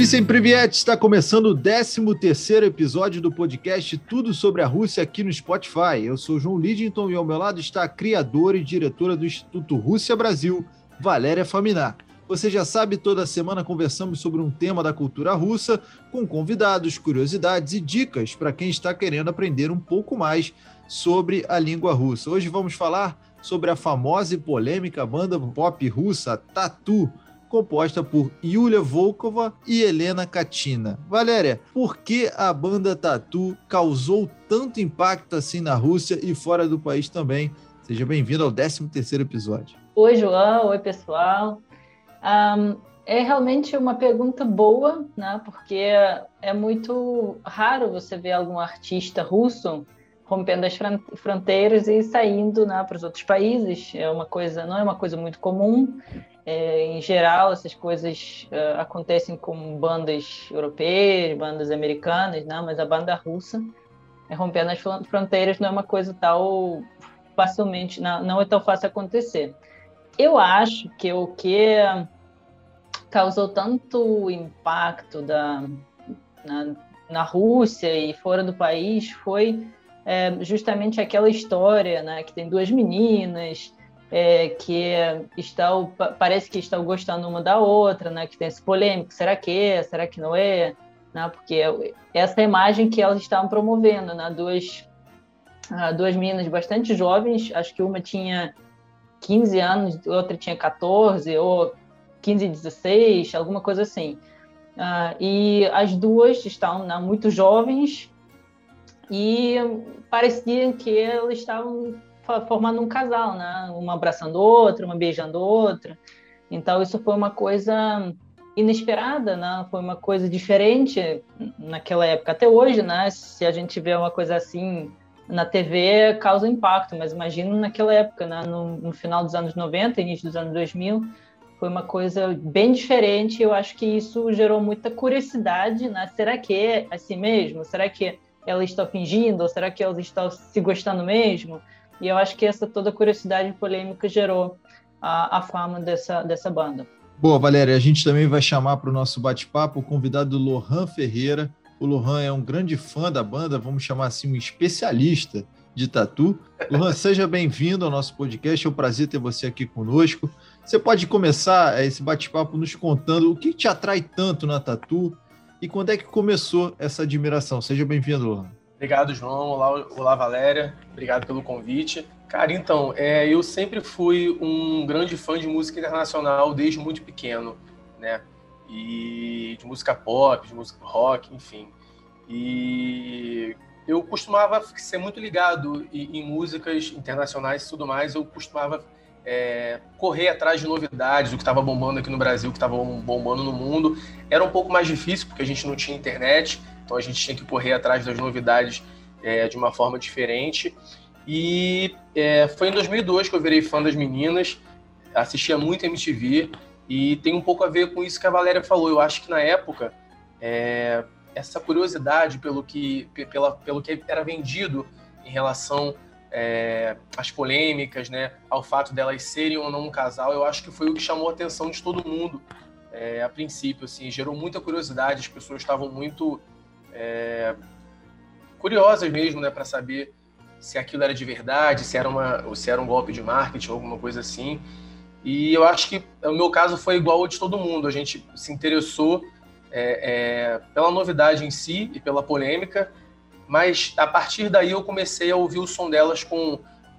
Visem Privyet, está começando o 13º episódio do podcast Tudo sobre a Rússia aqui no Spotify. Eu sou João Lidington e ao meu lado está a criadora e diretora do Instituto Rússia Brasil, Valéria Faminar. Você já sabe, toda semana conversamos sobre um tema da cultura russa, com convidados, curiosidades e dicas para quem está querendo aprender um pouco mais sobre a língua russa. Hoje vamos falar sobre a famosa e polêmica banda pop russa Tatu, composta por Yulia Volkova e Helena Katina. Valéria, por que a banda Tatu causou tanto impacto assim na Rússia e fora do país também? Seja bem-vindo ao 13º episódio. Oi, João. Oi, pessoal. É realmente uma pergunta boa, né? Porque é muito raro você ver algum artista russo rompendo as fronteiras e saindo, né, para os outros países. Não é uma coisa muito comum. Em geral, essas coisas acontecem com bandas europeias, bandas americanas, né? Mas a banda russa, rompendo as fronteiras, não é uma coisa tão facilmente, não é tão fácil acontecer. Eu acho que o que causou tanto impacto na Rússia e fora do país foi justamente aquela história, né, que tem duas meninas parece que estão gostando uma da outra, né? Que tem esse polêmico, será que é, será que não é? Né? Porque essa imagem que elas estavam promovendo, né? Duas meninas bastante jovens, acho que uma tinha 15 anos, outra tinha 14, ou 15 e 16, alguma coisa assim. E as duas estavam, né, muito jovens e parecia que elas estavam formando um casal, né? Uma abraçando outra, uma beijando outra. Então isso foi uma coisa inesperada, né? Foi uma coisa diferente naquela época. Até hoje, né? Se a gente vê uma coisa assim na TV, causa impacto, mas imagino naquela época, né? No final dos anos 90, início dos anos 2000, foi uma coisa bem diferente. Eu acho que isso gerou muita curiosidade, né? Será que é assim mesmo? Será que elas estão fingindo? Ou será que elas estão se gostando mesmo? E eu acho que essa toda curiosidade e polêmica gerou a fama dessa banda. Boa, Valéria, a gente também vai chamar para o nosso bate-papo o convidado Lohan Ferreira. O Lohan é um grande fã da banda, vamos chamar assim, um especialista de tatu. Lohan, seja bem-vindo ao nosso podcast, é um prazer ter você aqui conosco. Você pode começar esse bate-papo nos contando o que te atrai tanto na tatu e quando é que começou essa admiração. Seja bem-vindo, Lohan. Obrigado, João. Olá, Valéria. Obrigado pelo convite. Cara, então, eu sempre fui um grande fã de música internacional desde muito pequeno, né? E de música pop, de música rock, enfim. E eu costumava ser muito ligado em músicas internacionais e tudo mais. Eu costumava correr atrás de novidades, o que estava bombando aqui no Brasil, o que estava bombando no mundo. Era um pouco mais difícil, porque a gente não tinha internet, então a gente tinha que correr atrás das novidades de uma forma diferente. E foi em 2002 que eu virei fã das meninas, assistia muito MTV, e tem um pouco a ver com isso que a Valéria falou. Eu acho que na época, essa curiosidade pelo que era vendido em relação às polêmicas, né, ao fato delas serem ou não um casal, eu acho que foi o que chamou a atenção de todo mundo a princípio, assim, gerou muita curiosidade, as pessoas estavam muito curiosas mesmo, né, para saber se aquilo era de verdade, se era um golpe de marketing ou alguma coisa assim. E eu acho que o meu caso foi igual ao de todo mundo. A gente se interessou pela novidade em si e pela polêmica, mas a partir daí eu comecei a ouvir o som delas com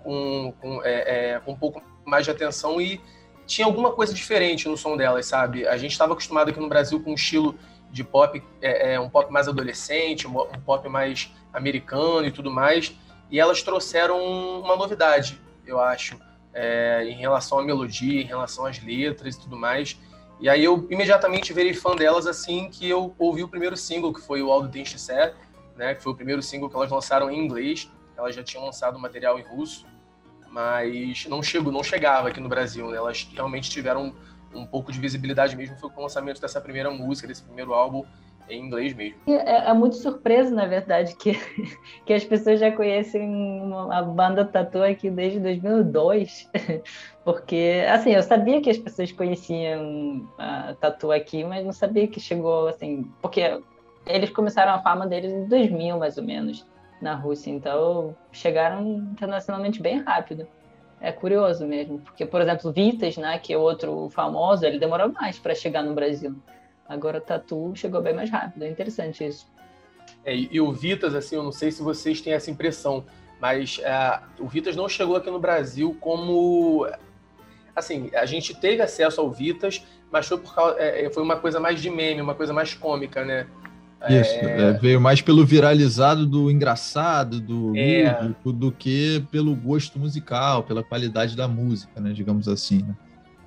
um pouco mais de atenção, e tinha alguma coisa diferente no som delas, sabe? A gente estava acostumado aqui no Brasil com um estilo de pop, um pop mais adolescente, um pop mais americano e tudo mais, e elas trouxeram uma novidade, eu acho, em relação à melodia, em relação às letras e tudo mais. E aí eu imediatamente virei fã delas assim que eu ouvi o primeiro single, que foi o All the Things She Said, né, que foi o primeiro single que elas lançaram em inglês. Elas já tinham lançado material em russo, mas não chegava aqui no Brasil, né? Elas realmente tiveram um pouco de visibilidade mesmo, foi com o lançamento dessa primeira música, desse primeiro álbum em inglês mesmo. É muito surpresa, na verdade, que as pessoas já conhecem a banda Tatu aqui desde 2002, porque, assim, eu sabia que as pessoas conheciam a Tatu aqui, mas não sabia que chegou, assim, porque eles começaram a fama deles em 2000, mais ou menos, na Rússia, então chegaram internacionalmente bem rápido. É curioso mesmo, porque, por exemplo, Vitas, né, que é outro famoso, ele demorou mais para chegar no Brasil. Agora, Tatu chegou bem mais rápido. É interessante isso. E o Vitas, assim, eu não sei se vocês têm essa impressão, mas o Vitas não chegou aqui no Brasil como... Assim, a gente teve acesso ao Vitas, mas foi uma coisa mais de meme, uma coisa mais cômica, né? Isso, veio mais pelo viralizado do engraçado, do lúdico, do que pelo gosto musical, pela qualidade da música, né? Digamos assim, né?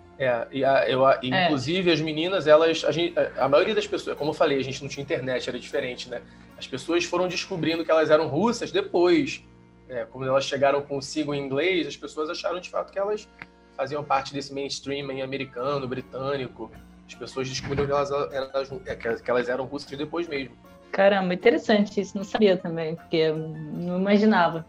Inclusive as meninas, a maioria das pessoas, como eu falei, a gente não tinha internet, era diferente, né? As pessoas foram descobrindo que elas eram russas depois, né? Como elas chegaram consigo em inglês, as pessoas acharam de fato que elas faziam parte desse mainstream americano, britânico. As pessoas descobriram que elas eram russas depois mesmo. Caramba, interessante isso, não sabia também, porque não imaginava.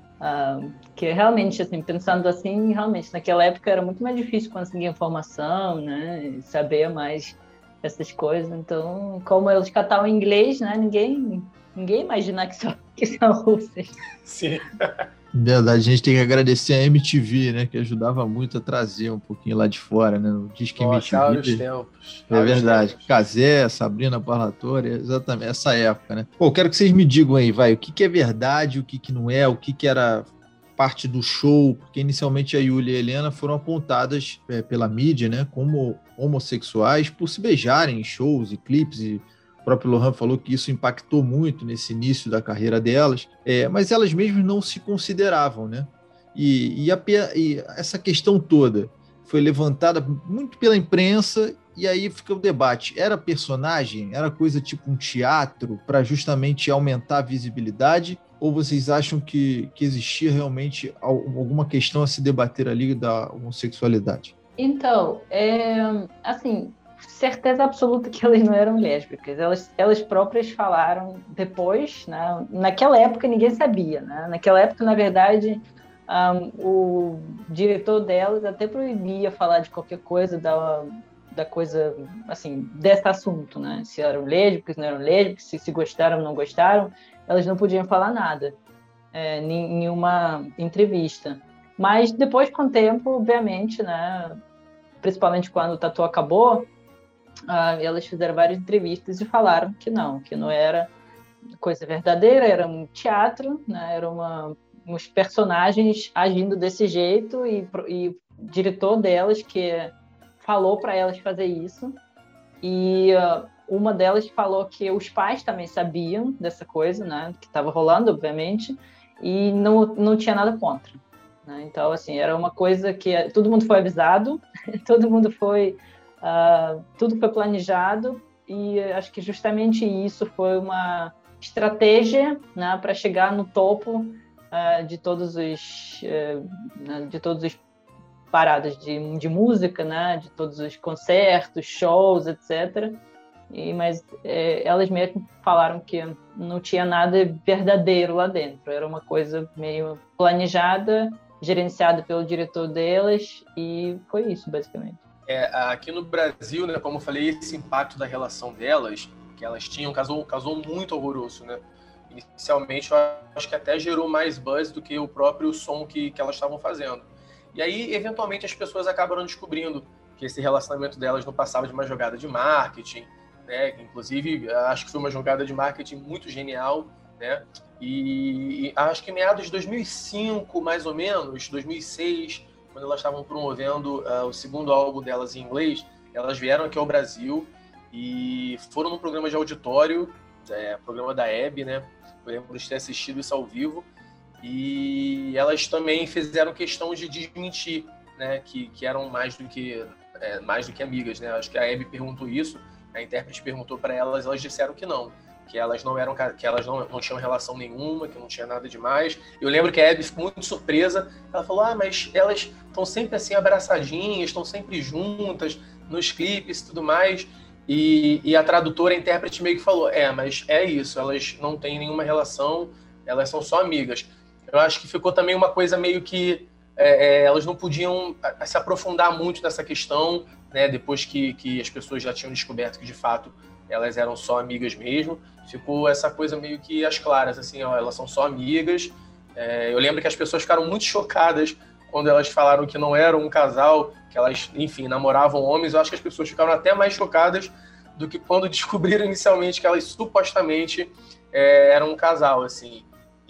Que realmente, assim, pensando assim, realmente, naquela época era muito mais difícil conseguir informação, né, saber mais essas coisas. Então, como eles catavam em inglês, né, ninguém imaginar que são russas. Sim. Verdade, a gente tem que agradecer a MTV, né, que ajudava muito a trazer um pouquinho lá de fora, né, o Disque MTV. Áureos tempos. É verdade. Cazé, Sabrina Parlatore, exatamente, essa época, né. Pô, quero que vocês me digam aí, vai, o que é verdade, o que não é, o que era parte do show, porque inicialmente a Yulia e a Helena foram apontadas pela mídia, né, como homossexuais por se beijarem em shows e clipes, e o próprio Lohan falou que isso impactou muito nesse início da carreira delas, mas elas mesmas não se consideravam, né? E essa questão toda foi levantada muito pela imprensa, e aí fica o debate. Era personagem? Era coisa tipo um teatro para justamente aumentar a visibilidade? Ou vocês acham que existia realmente alguma questão a se debater ali da homossexualidade? Então, assim, certeza absoluta que elas não eram lésbicas. Elas próprias falaram depois, né? Naquela época ninguém sabia, né? Naquela época, na verdade, o diretor delas até proibia falar de qualquer coisa da coisa, assim, desse assunto, né? Se eram lésbicas, não eram lésbicas, se gostaram ou não gostaram, elas não podiam falar nada em uma entrevista. Mas depois, com o tempo, obviamente, né? Principalmente quando o Tatu acabou, elas fizeram várias entrevistas e falaram que não era coisa verdadeira, era um teatro, né? Eram uns personagens agindo desse jeito, e o diretor delas que falou para elas fazer isso, e uma delas falou que os pais também sabiam dessa coisa, né? Que estava rolando, obviamente, e não tinha nada contra, né? Então, assim, era uma coisa que todo mundo foi avisado, todo mundo tudo foi planejado, e acho que justamente isso foi uma estratégia, né, para chegar no topo de todos os paradas de música, né, de todos os concertos, shows, etc. Mas elas mesmas falaram que não tinha nada verdadeiro lá dentro, era uma coisa meio planejada, gerenciada pelo diretor delas, e foi isso, basicamente. Aqui no Brasil, né, como eu falei, esse impacto da relação delas, que elas tinham, casou muito horroroso, né? Inicialmente, eu acho que até gerou mais buzz do que o próprio som que elas estavam fazendo. E aí, eventualmente, as pessoas acabaram descobrindo que esse relacionamento delas não passava de uma jogada de marketing, né? Inclusive, acho que foi uma jogada de marketing muito genial, né? E acho que meados de 2005, mais ou menos, 2006, quando elas estavam promovendo o segundo álbum delas em inglês, elas vieram aqui ao Brasil e foram num programa de auditório, programa da Hebe, né? Eu lembro de ter assistido isso ao vivo, e elas também fizeram questão de desmentir, né? Que eram mais do que amigas, né? Acho que a Hebe perguntou isso, a intérprete perguntou para elas, elas disseram que não, que elas não tinham relação nenhuma, que não tinha nada demais. Eu lembro que a Hebe ficou muito surpresa, ela falou, mas elas estão sempre assim abraçadinhas, estão sempre juntas nos clipes e tudo mais. E a tradutora, a intérprete meio que falou, mas é isso, elas não têm nenhuma relação, elas são só amigas. Eu acho que ficou também uma coisa meio que elas não podiam se aprofundar muito nessa questão, né, depois que as pessoas já tinham descoberto que, de fato, elas eram só amigas mesmo. Ficou essa coisa meio que às claras, assim, elas são só amigas. Eu lembro que as pessoas ficaram muito chocadas quando elas falaram que não eram um casal, que elas, enfim, namoravam homens. Eu acho que as pessoas ficaram até mais chocadas do que quando descobriram inicialmente que elas supostamente eram um casal, assim.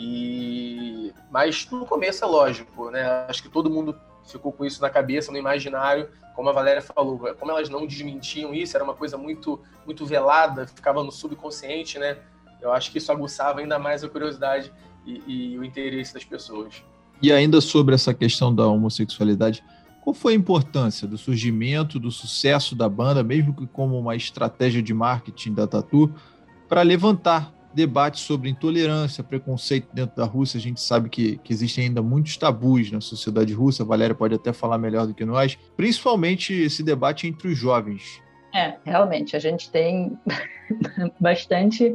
Mas no começo é lógico, né? Acho que todo mundo ficou com isso na cabeça, no imaginário, como a Valéria falou, como elas não desmentiam isso, era uma coisa muito, muito velada, ficava no subconsciente, né? Eu acho que isso aguçava ainda mais a curiosidade e o interesse das pessoas. E ainda sobre essa questão da homossexualidade, qual foi a importância do surgimento, do sucesso da banda, mesmo que como uma estratégia de marketing da Tatu, para levantar debates sobre intolerância, preconceito dentro da Rússia? A gente sabe que existem ainda muitos tabus na sociedade russa, a Valéria pode até falar melhor do que nós, principalmente esse debate entre os jovens. Realmente, a gente tem bastante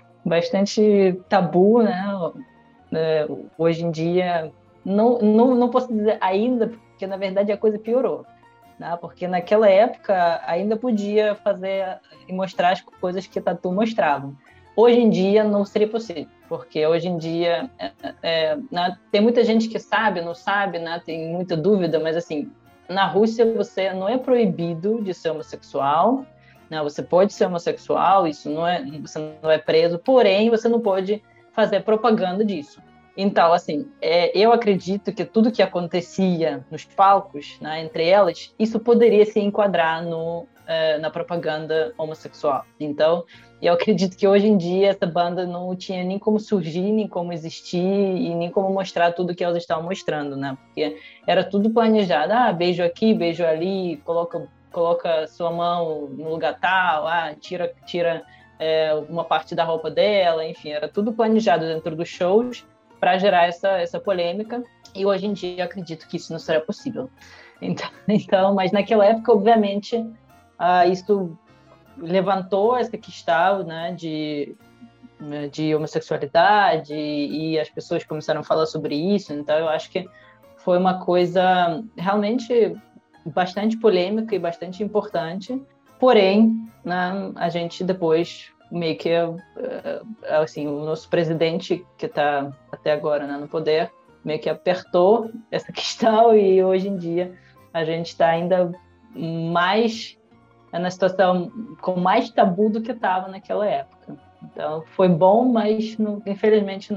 tabu, né? Hoje em dia, não posso dizer ainda, porque na verdade a coisa piorou, né? Porque naquela época ainda podia fazer e mostrar as coisas que Tatu mostravam. Hoje em dia não seria possível, porque hoje em dia né, tem muita gente que sabe, não sabe, né, tem muita dúvida, mas assim, na Rússia você não é proibido de ser homossexual, né, você pode ser homossexual, você não é preso, porém você não pode fazer propaganda disso. Então, assim, eu acredito que tudo que acontecia nos palcos, né, entre elas, isso poderia se enquadrar na propaganda homossexual. Então, eu acredito que hoje em dia essa banda não tinha nem como surgir, nem como existir e nem como mostrar tudo que elas estavam mostrando, né? Porque era tudo planejado. Beijo aqui, beijo ali, coloca sua mão no lugar tal, tira uma parte da roupa dela, enfim, era tudo planejado dentro dos shows para gerar essa polêmica. E hoje em dia eu acredito que isso não será possível. Então, mas naquela época, obviamente, isso levantou essa questão, né, de homossexualidade e as pessoas começaram a falar sobre isso. Então eu acho que foi uma coisa realmente bastante polêmica e bastante importante. Porém, né, a gente depois meio que assim, o nosso presidente que está até agora, né, no poder meio que apertou essa questão e hoje em dia a gente está ainda mais na situação com mais tabu do que estava naquela época. Então, foi bom, mas infelizmente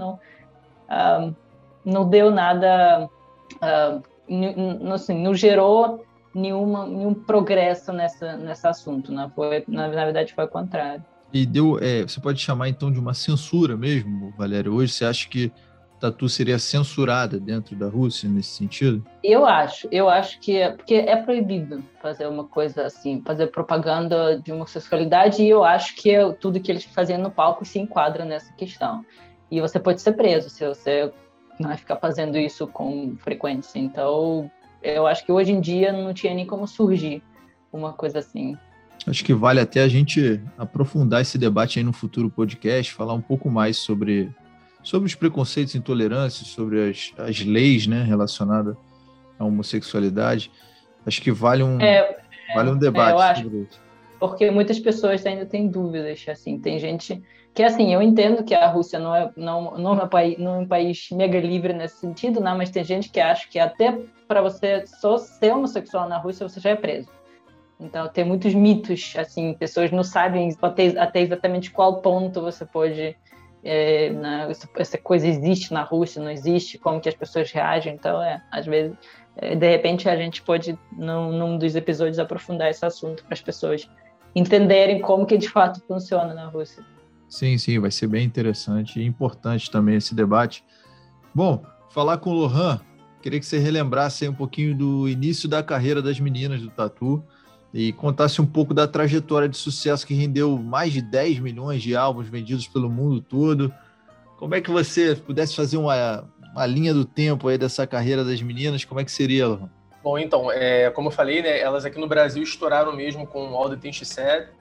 não deu nada, assim, não gerou nenhum progresso nesse assunto, né? Na verdade, foi o contrário. E você pode chamar, então, de uma censura mesmo, Valéria? Hoje você acha que Tatu seria censurada dentro da Rússia nesse sentido? Eu acho que porque é proibido fazer uma coisa assim, fazer propaganda de homossexualidade, e eu acho que tudo que eles faziam no palco se enquadra nessa questão. E você pode ser preso se você não ficar fazendo isso com frequência. Então, eu acho que hoje em dia não tinha nem como surgir uma coisa assim. Acho que vale até a gente aprofundar esse debate aí no futuro podcast, falar um pouco mais sobre os preconceitos e intolerâncias, sobre as leis, né, relacionadas à homossexualidade. Acho que vale um debate sobre isso. Porque muitas pessoas ainda têm dúvidas, assim, tem gente que, assim, eu entendo que a Rússia não é um país mega livre nesse sentido, não, mas tem gente que acha que até para você só ser homossexual na Rússia, você já é preso. Então, tem muitos mitos, assim, pessoas não sabem até exatamente qual ponto você pode... essa coisa existe na Rússia, não existe, como que as pessoas reagem. Então, às vezes, de repente, a gente pode, num dos episódios, aprofundar esse assunto para as pessoas entenderem como que de fato funciona na Rússia. Sim, vai ser bem interessante e importante também esse debate. Bom, falar com o Lohan, queria que você relembrasse aí um pouquinho do início da carreira das meninas do Tatu e contasse um pouco da trajetória de sucesso que rendeu mais de 10 milhões de álbuns vendidos pelo mundo todo. Como é que você pudesse fazer uma linha do tempo aí dessa carreira das meninas, como é que seria, Lohan? Bom, então, como eu falei, né, elas aqui no Brasil estouraram mesmo com All The Things She Said,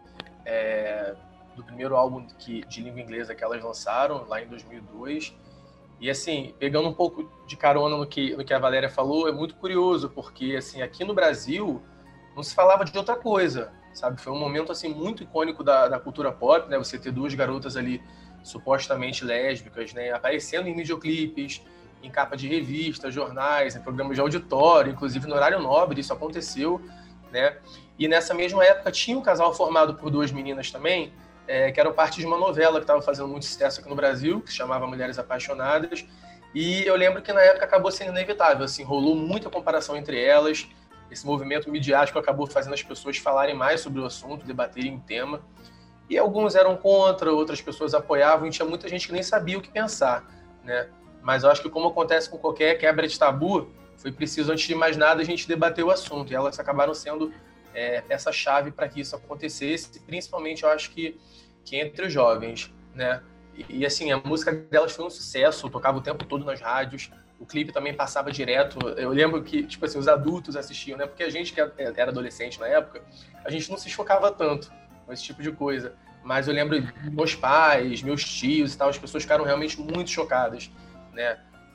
do primeiro álbum de língua inglesa que elas lançaram, lá em 2002. E, assim, pegando um pouco de carona no que a Valéria falou, é muito curioso, porque, assim, aqui no Brasil não se falava de outra coisa, sabe? Foi um momento, assim, muito icônico da cultura pop, né? Você ter duas garotas ali supostamente lésbicas, né? Aparecendo em videoclipes, em capa de revistas, jornais, em programas de auditório, inclusive no horário nobre, isso aconteceu, né? E nessa mesma época tinha um casal formado por duas meninas também, que eram parte de uma novela que estava fazendo muito sucesso aqui no Brasil, que se chamava Mulheres Apaixonadas, e eu lembro que na época acabou sendo inevitável, assim, rolou muita comparação entre elas, esse movimento midiático acabou fazendo as pessoas falarem mais sobre o assunto, debaterem o tema, e alguns eram contra, outras pessoas apoiavam, e tinha muita gente que nem sabia o que pensar, né? Mas eu acho que, como acontece com qualquer quebra de tabu, foi preciso, antes de mais nada, a gente debater o assunto, e elas acabaram sendo peça-chave para que isso acontecesse, principalmente, eu acho que entre os jovens, né? E, assim, a música delas foi um sucesso, tocava o tempo todo nas rádios, o clipe também passava direto. Eu lembro que, tipo assim, os adultos assistiam, né? Porque a gente que era adolescente na época, a gente não se chocava tanto com esse tipo de coisa. Mas eu lembro meus pais, meus tios e tal, as pessoas ficaram realmente muito chocadas, né?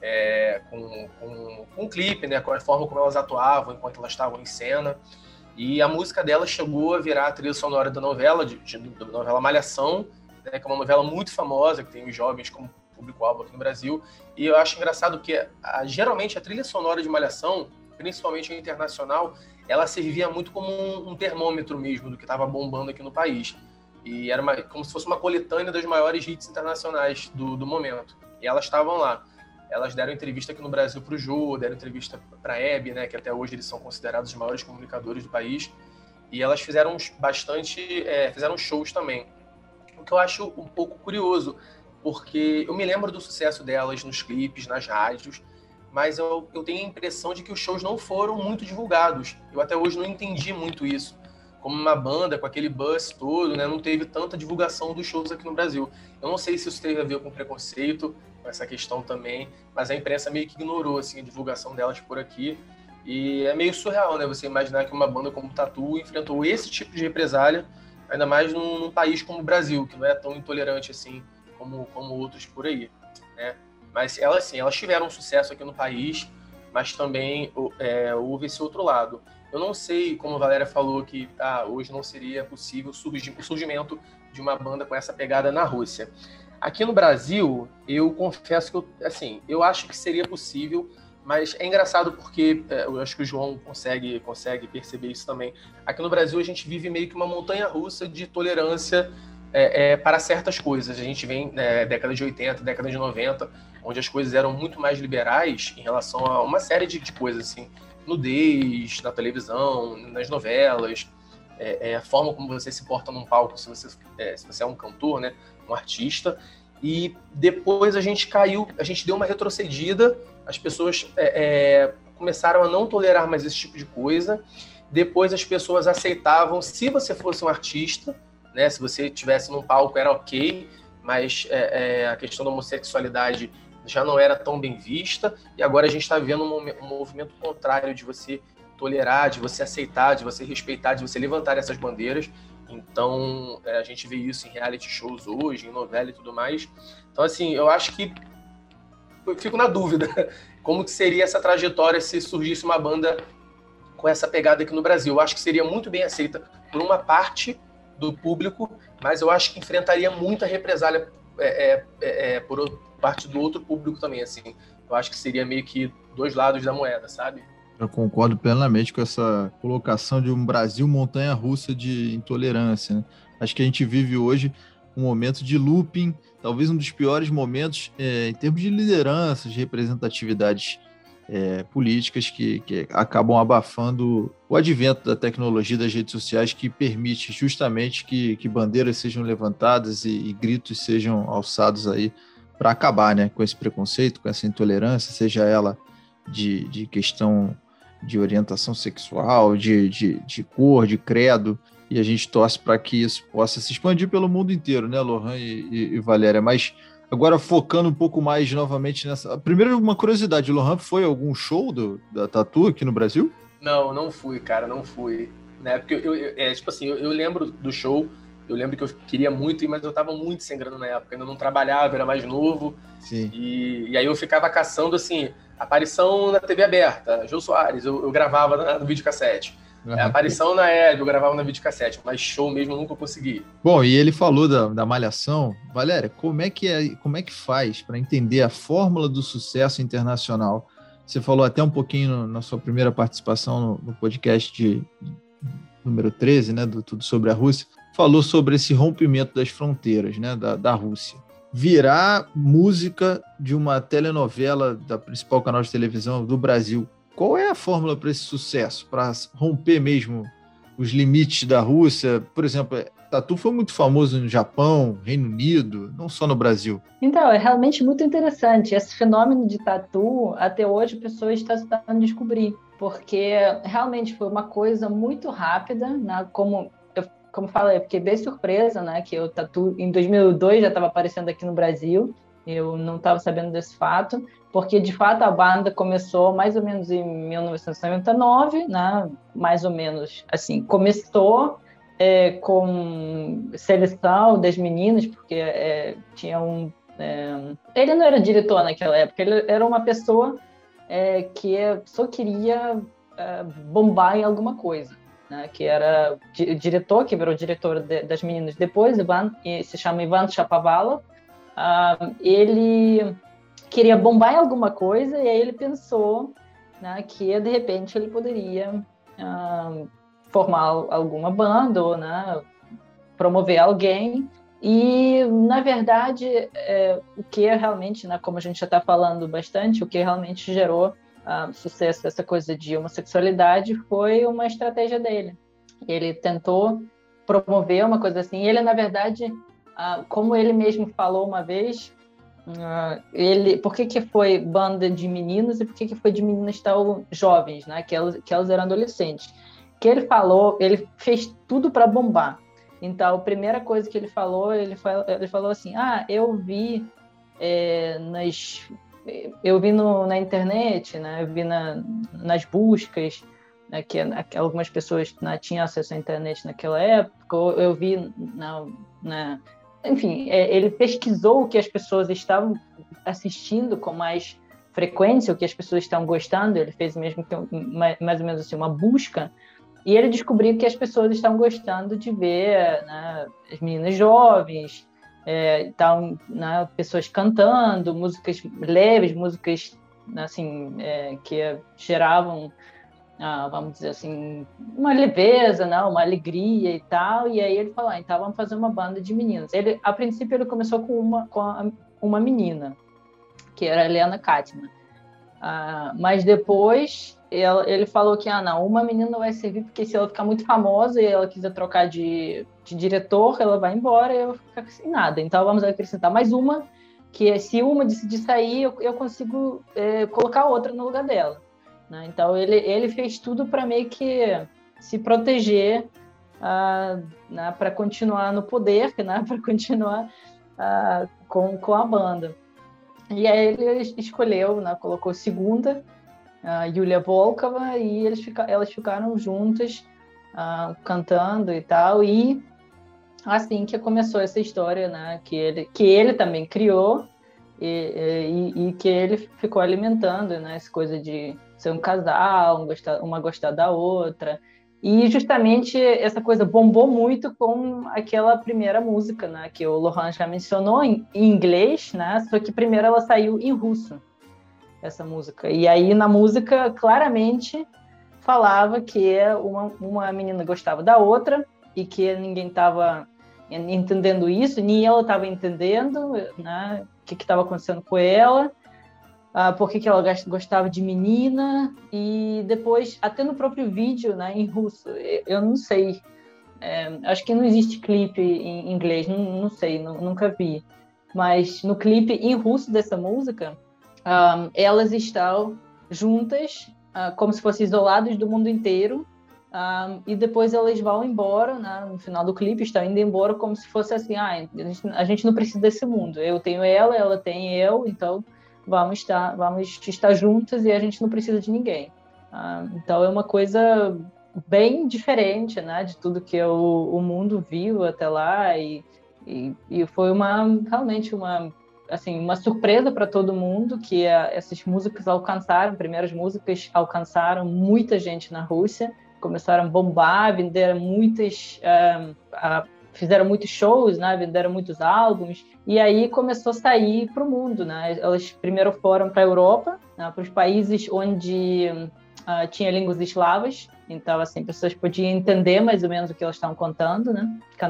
Com o clipe, né? Com a forma como elas atuavam enquanto elas estavam em cena. E a música dela chegou a virar a trilha sonora da novela, da novela Malhação, né, que é uma novela muito famosa, que tem os jovens como público-alvo aqui no Brasil. E eu acho engraçado porque, geralmente, a trilha sonora de Malhação, principalmente a internacional, ela servia muito como um termômetro mesmo do que estava bombando aqui no país. E era como se fosse uma coletânea dos maiores hits internacionais do momento. E elas estavam lá. Elas deram entrevista aqui no Brasil para o Jô, deram entrevista para a Hebe, né, que até hoje eles são considerados os maiores comunicadores do país. E elas fizeram fizeram shows também. O que eu acho um pouco curioso, porque eu me lembro do sucesso delas nos clipes, nas rádios, mas eu tenho a impressão de que os shows não foram muito divulgados. Eu até hoje não entendi muito isso. Como uma banda com aquele buzz todo, né, não teve tanta divulgação dos shows aqui no Brasil. Eu não sei se isso teve a ver com preconceito, com essa questão também, mas a imprensa meio que ignorou assim, a divulgação delas por aqui. E é meio surreal, né, você imaginar que uma banda como Tatu enfrentou esse tipo de represália, ainda mais num país como o Brasil, que não é tão intolerante assim como outros por aí, né? Mas elas tiveram sucesso aqui no país, mas também houve esse outro lado. Eu não sei, como a Valéria falou, que hoje não seria possível o surgimento de uma banda com essa pegada na Rússia. Aqui no Brasil, eu confesso que eu acho que seria possível, mas é engraçado porque eu acho que o João consegue perceber isso também. Aqui no Brasil, a gente vive meio que uma montanha-russa de tolerância para certas coisas. A gente vem década de 80, década de 90, onde as coisas eram muito mais liberais em relação a uma série de coisas, assim, nudez, na televisão, nas novelas, a forma como você se porta num palco, se você é um cantor, né, um artista. E depois a gente deu uma retrocedida, as pessoas começaram a não tolerar mais esse tipo de coisa. Depois as pessoas aceitavam se você fosse um artista, né, se você estivesse num palco era ok, mas a questão da homossexualidade já não era tão bem vista, e agora a gente está vendo um movimento contrário de você tolerar, de você aceitar, de você respeitar, de você levantar essas bandeiras. Então, a gente vê isso em reality shows hoje, em novela e tudo mais. Então, assim, eu acho que eu fico na dúvida como que seria essa trajetória se surgisse uma banda com essa pegada aqui no Brasil. Eu acho que seria muito bem aceita por uma parte do público, mas eu acho que enfrentaria muita represália por parte do outro público também, assim. Eu acho que seria meio que dois lados da moeda, sabe? Eu concordo plenamente com essa colocação de um Brasil montanha-russa de intolerância, né? Acho que a gente vive hoje um momento de looping, talvez um dos piores momentos em termos de lideranças, de representatividades políticas que acabam abafando o advento da tecnologia das redes sociais, que permite justamente que bandeiras sejam levantadas e gritos sejam alçados aí para acabar, né, com esse preconceito, com essa intolerância, seja ela de questão de orientação sexual, de cor, de credo, e a gente torce para que isso possa se expandir pelo mundo inteiro, né, Lohan e Valéria? Mas agora focando um pouco mais novamente nessa... Primeiro, uma curiosidade, Lohan, foi algum show da Tatu aqui no Brasil? Não fui, cara, não fui. Né? Porque tipo assim, eu lembro do show, Eu lembro que eu queria muito ir, mas eu estava muito sem grana na época, ainda não trabalhava, era mais novo. Sim. E aí eu ficava caçando, assim, aparição na TV aberta, Jô Soares, eu gravava no videocassete. Aparição na Hebe, eu gravava na videocassete, mas show mesmo eu nunca consegui. Bom, e ele falou da Malhação. Valéria, como é que faz para entender a fórmula do sucesso internacional? Você falou até um pouquinho na sua primeira participação no podcast número 13, né, do Tudo Sobre a Rússia, falou sobre esse rompimento das fronteiras, né, da Rússia. Virar música de uma telenovela da principal canal de televisão do Brasil. Qual é a fórmula para esse sucesso, para romper mesmo os limites da Rússia? Por exemplo, Tatu foi muito famoso no Japão, Reino Unido, não só no Brasil. Então, é realmente muito interessante. Esse fenômeno de tatu, até hoje, a pessoa está tentando descobrir, porque realmente foi uma coisa muito rápida, né? Como falei, eu fiquei bem surpresa, né? Que o tatu, em 2002, já estava aparecendo aqui no Brasil. Eu não estava sabendo desse fato, porque, de fato, a banda começou mais ou menos em 1999, né? Mais ou menos, assim, começou com seleção das meninas, porque tinha um... ele não era diretor naquela época, ele era uma pessoa que só queria bombar em alguma coisa, né? Que era diretor, que virou diretor das meninas depois, se chama Ivan Shapovalov. Ele queria bombar em alguma coisa e aí ele pensou, né, que de repente ele poderia formar alguma banda ou, né, promover alguém. E, na verdade, o que realmente, né, como a gente já está falando bastante, o que realmente gerou sucesso, essa coisa de homossexualidade, foi uma estratégia dele. Ele tentou promover uma coisa assim. Ele, na verdade, como ele mesmo falou uma vez, por que foi banda de meninos e por que foi de meninas tão jovens, né, que elas eram adolescentes? Que ele falou, ele fez tudo para bombar. Então, a primeira coisa que ele falou assim, eu vi na internet, né, eu vi nas buscas, né, que algumas pessoas, né, tinham acesso à internet naquela época, eu vi enfim, ele pesquisou o que as pessoas estavam assistindo com mais frequência, o que as pessoas estavam gostando, ele fez mesmo que mais ou menos assim, uma busca. E ele descobriu que as pessoas estão gostando de ver, né, as meninas jovens, né, pessoas cantando, músicas leves, músicas assim, que geravam, vamos dizer assim, uma leveza, né, uma alegria e tal. E aí ele falou, então vamos fazer uma banda de meninas. A princípio ele começou com uma menina, que era a Helena Katman. Mas depois ele falou que não, uma menina não vai servir, porque se ela ficar muito famosa e ela quiser trocar de diretor, ela vai embora e eu vou ficar sem nada. Então vamos acrescentar mais uma, que se uma decidir sair, eu consigo colocar outra no lugar dela, né? Então ele fez tudo para meio que se proteger, né, para continuar no poder, né, para continuar com a banda. E aí ele escolheu, né, colocou segunda, a Yulia Volkova, e elas ficaram juntas, cantando e tal, e assim que começou essa história, né, que ele também criou, e que ele ficou alimentando, né, essa coisa de ser um casal, uma gostar da outra. E justamente essa coisa bombou muito com aquela primeira música, né, que o Lohan já mencionou em inglês, né, só que primeiro ela saiu em russo, essa música. E aí na música claramente falava que uma menina gostava da outra e que ninguém estava entendendo isso, nem ela estava entendendo, né, o que estava acontecendo com ela. Por que ela gostava de menina, e depois, até no próprio vídeo, né, em russo, eu não sei, acho que não existe clipe em inglês, não sei, nunca vi, mas no clipe em russo dessa música, elas estão juntas, como se fossem isoladas do mundo inteiro, e depois elas vão embora, né, no final do clipe, estão indo embora como se fosse assim, a gente não precisa desse mundo, eu tenho ela tem eu, então vamos estar juntas e a gente não precisa de ninguém. Então é uma coisa bem diferente, né, de tudo que o mundo viu até lá, e foi realmente uma surpresa para todo mundo que essas músicas primeiras músicas alcançaram muita gente na Rússia, começaram a bombar, venderam fizeram muitos shows, né, venderam muitos álbuns, e aí começou a sair para o mundo, né? Elas primeiro foram para a Europa, né, para os países onde tinha línguas eslavas, então assim, pessoas podiam entender mais ou menos o que elas estavam cantando, né?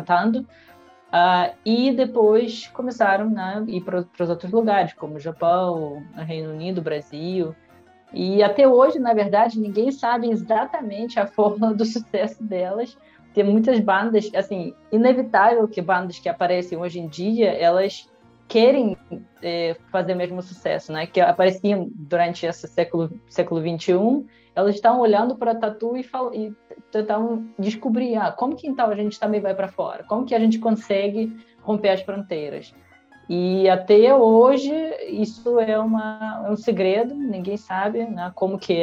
E depois começaram, né, a ir para os outros lugares, como o Japão, o Reino Unido, o Brasil. E até hoje, na verdade, ninguém sabe exatamente a fórmula do sucesso delas. Tem muitas bandas, assim, inevitável que bandas que aparecem hoje em dia, elas querem fazer mesmo sucesso, né? Que apareciam durante esse século XXI, elas estão olhando para a Tatu e tentavam descobrir, como que então a gente também vai para fora? Como que a gente consegue romper as fronteiras? E até hoje isso é um segredo, ninguém sabe, né, como que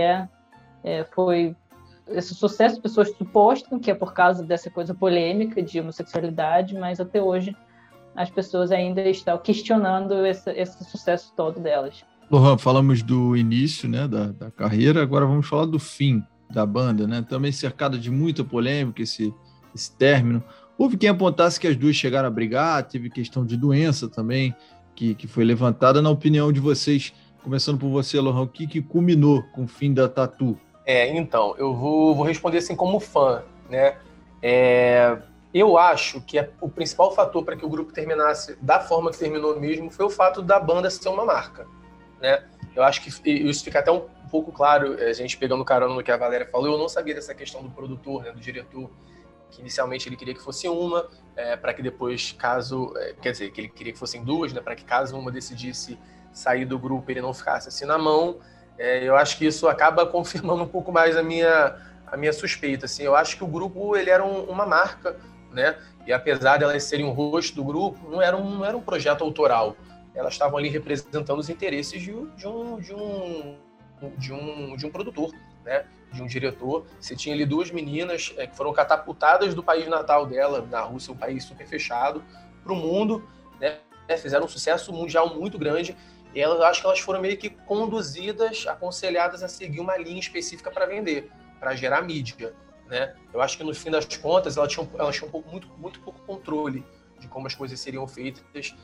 foi esse sucesso. As pessoas supostam que é por causa dessa coisa polêmica de homossexualidade, mas até hoje as pessoas ainda estão questionando esse sucesso todo delas. Lohan, falamos do início, né, da carreira, agora vamos falar do fim da banda, né? Também cercado de muita polêmica esse término. Houve quem apontasse que as duas chegaram a brigar, teve questão de doença também, que foi levantada. Na opinião de vocês, começando por você, Lohan, o que culminou com o fim da Tatu? Então, eu vou responder assim como fã, né? Eu acho que o principal fator para que o grupo terminasse da forma que terminou mesmo foi o fato da banda ser uma marca, né? Eu acho que isso fica até um pouco claro, a gente pegando carona no que a Valéria falou. Eu não sabia dessa questão do produtor, né, do diretor, que inicialmente ele queria que fosse uma, para que depois, quer dizer, que ele queria que fossem duas, né, para que caso uma decidisse sair do grupo, ele não ficasse assim na mão. Eu acho que isso acaba confirmando um pouco mais a minha suspeita. Assim. Eu acho que o grupo ele era uma marca, né? E apesar de elas serem o rosto do grupo, não era um projeto autoral. Elas estavam ali representando os interesses de um produtor, né? De um diretor. Você tinha ali duas meninas que foram catapultadas do país natal dela, na Rússia, um país super fechado, para o mundo, né? Fizeram um sucesso mundial muito grande. E eu acho que elas foram meio que conduzidas, aconselhadas a seguir uma linha específica para vender, para gerar mídia, né? Eu acho que no fim das contas elas tinham muito pouco controle de como as coisas seriam feitas,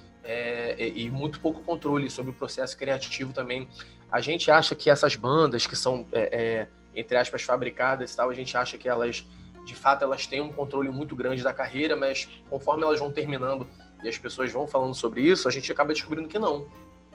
e muito pouco controle sobre o processo criativo também. A gente acha que essas bandas que são, entre aspas, fabricadas e tal, a gente acha que elas, de fato, elas têm um controle muito grande da carreira, mas conforme elas vão terminando e as pessoas vão falando sobre isso, a gente acaba descobrindo que não.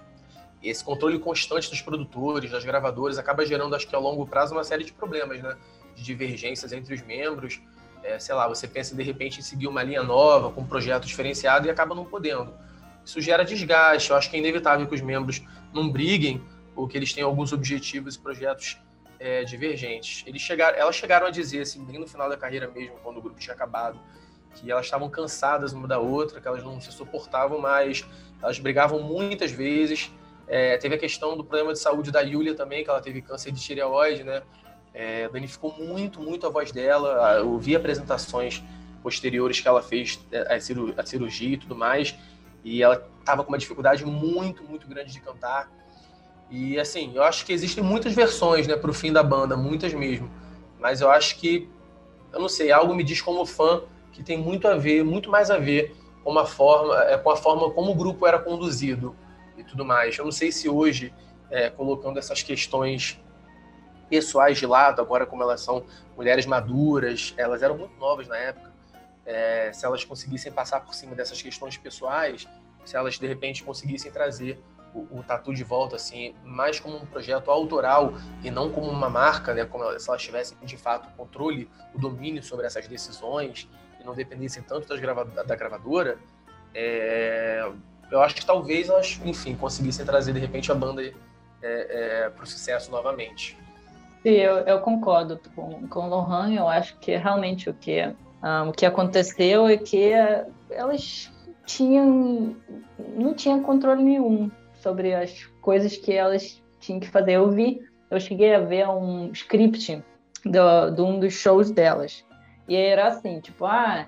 E esse controle constante dos produtores, das gravadoras, acaba gerando, acho que ao longo prazo, uma série de problemas, né? De divergências entre os membros. Sei lá, você pensa de repente em seguir uma linha nova, com um projeto diferenciado, e acaba não podendo. Isso gera desgaste. Eu acho que é inevitável que os membros não briguem, ou que eles tenham alguns objetivos e projetos divergentes. Elas chegaram a dizer, assim, bem no final da carreira mesmo, quando o grupo tinha acabado, que elas estavam cansadas uma da outra, que elas não se suportavam mais, elas brigavam muitas vezes. Teve a questão do problema de saúde da Yulia também, que ela teve câncer de tireoide, né? Danificou muito, muito a voz dela. Eu vi apresentações posteriores que ela fez, a cirurgia e tudo mais, e ela estava com uma dificuldade muito, muito grande de cantar. E assim, eu acho que existem muitas versões, né, para o fim da banda, muitas mesmo. Mas eu acho que, eu não sei, algo me diz como fã que tem muito mais a ver com a forma como o grupo era conduzido e tudo mais. Eu não sei se hoje, colocando essas questões pessoais de lado, agora como elas são mulheres maduras, elas eram muito novas na época, se elas conseguissem passar por cima dessas questões pessoais, se elas de repente conseguissem trazer o Tatu de volta, assim, mais como um projeto autoral e não como uma marca, né, se elas tivessem de fato o controle, o domínio sobre essas decisões e não dependessem tanto da gravadora, eu acho que talvez elas, enfim, conseguissem trazer de repente a banda para o sucesso novamente. Sim, eu concordo com o Lohan. Eu acho que realmente o que aconteceu é que elas não tinham controle nenhum sobre as coisas que elas tinham que fazer. Eu cheguei a ver um script de um dos shows delas. E aí era assim, tipo,